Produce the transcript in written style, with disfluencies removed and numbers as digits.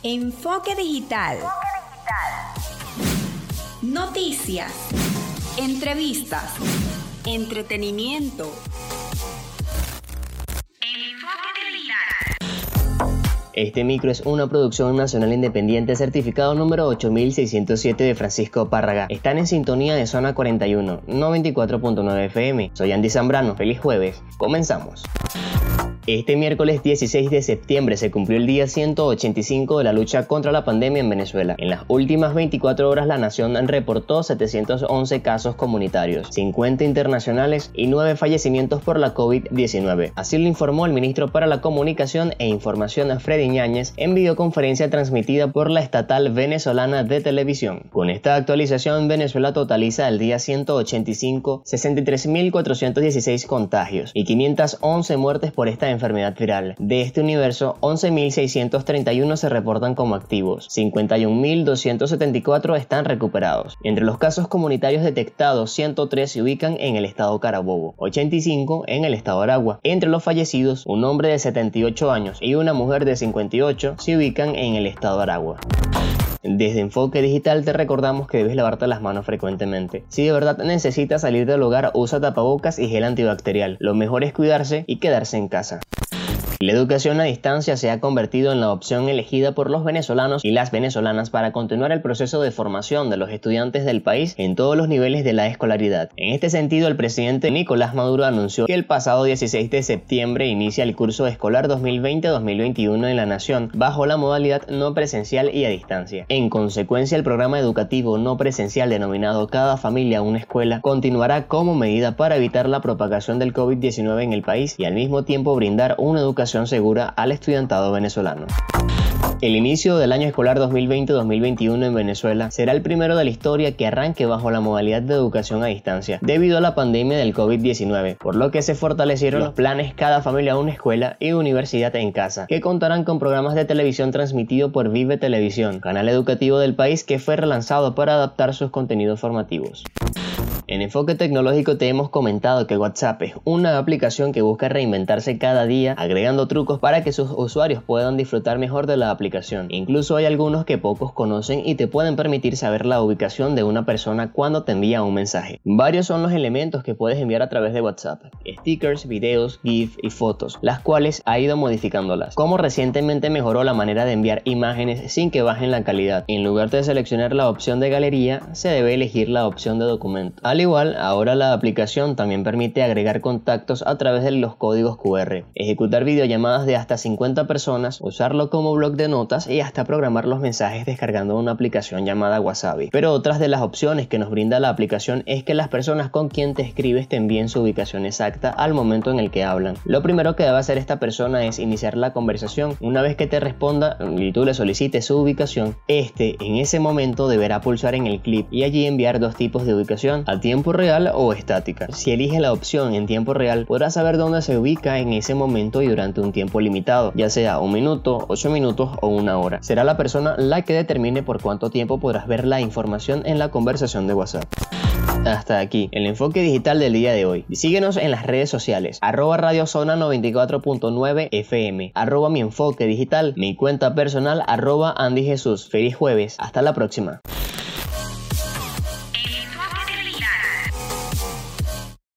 Enfoque digital. Noticias. Entrevistas. Entretenimiento. Este micro es una producción nacional independiente certificado número 8607 de Francisco Párraga. Están en sintonía de Zona 41, 94.9 FM. Soy Andy Zambrano. Feliz jueves. Comenzamos. Este miércoles 16 de septiembre se cumplió el día 185 de la lucha contra la pandemia en Venezuela. En las últimas 24 horas la nación reportó 711 casos comunitarios, 50 internacionales y 9 fallecimientos por la COVID-19. Así lo informó el ministro para la Comunicación e Información Freddy Ñáñez en videoconferencia transmitida por la estatal venezolana de televisión. Con esta actualización, Venezuela totaliza el día 185 63.416 contagios y 511 muertes por esta enfermedad viral. De este universo, 11.631 se reportan como activos, 51.274 están recuperados. Entre los casos comunitarios detectados, 103 se ubican en el estado Carabobo, 85 en el estado Aragua. Entre los fallecidos, un hombre de 78 años y una mujer de 58 se ubican en el estado Aragua. Desde Enfoque Digital te recordamos que debes lavarte las manos frecuentemente. Si de verdad necesitas salir del hogar, usa tapabocas y gel antibacterial. Lo mejor es cuidarse y quedarse en casa. La educación a distancia se ha convertido en la opción elegida por los venezolanos y las venezolanas para continuar el proceso de formación de los estudiantes del país en todos los niveles de la escolaridad. En este sentido, el presidente Nicolás Maduro anunció que el pasado 16 de septiembre inicia el curso escolar 2020-2021 en la nación bajo la modalidad no presencial y a distancia. En consecuencia, el programa educativo no presencial denominado Cada Familia Una Escuela continuará como medida para evitar la propagación del COVID-19 en el país y al mismo tiempo brindar una educación segura al estudiantado venezolano. El inicio del año escolar 2020-2021 en Venezuela será el primero de la historia que arranque bajo la modalidad de educación a distancia, debido a la pandemia del COVID-19, por lo que se fortalecieron los planes Cada Familia Una Escuela y Universidad en Casa, que contarán con programas de televisión transmitido por Vive Televisión, canal educativo del país que fue relanzado para adaptar sus contenidos formativos. En Enfoque Tecnológico te hemos comentado que WhatsApp es una aplicación que busca reinventarse cada día, agregando trucos para que sus usuarios puedan disfrutar mejor de la aplicación. Incluso hay algunos que pocos conocen y te pueden permitir saber la ubicación de una persona cuando te envía un mensaje. Varios son los elementos que puedes enviar a través de WhatsApp: stickers, videos, GIF y fotos, las cuales ha ido modificándolas. Como recientemente mejoró la manera de enviar imágenes sin que bajen la calidad. En lugar de seleccionar la opción de galería, se debe elegir la opción de documento. Al igual, ahora la aplicación también permite agregar contactos a través de los códigos QR, ejecutar videollamadas de hasta 50 personas, usarlo como bloc de notas y hasta programar los mensajes descargando una aplicación llamada Wasabi. Pero otras de las opciones que nos brinda la aplicación es que las personas con quien te escribes te envíen su ubicación exacta al momento en el que hablan. Lo primero que debe hacer esta persona es iniciar la conversación. Una vez que te responda y tú le solicites su ubicación, en ese momento deberá pulsar en el clip y allí enviar dos tipos de ubicación: a tiempo real o estática. Si eliges la opción en tiempo real, podrás saber dónde se ubica en ese momento y durante un tiempo limitado, ya sea 1 minuto, 8 minutos o 1 hora. Será la persona la que determine por cuánto tiempo podrás ver la información en la conversación de WhatsApp. Hasta aquí el enfoque digital del día de hoy. Síguenos en las redes sociales: @radiozona 94.9 FM, @mi enfoque digital, mi cuenta personal @Andy Jesús. Feliz jueves, hasta la próxima.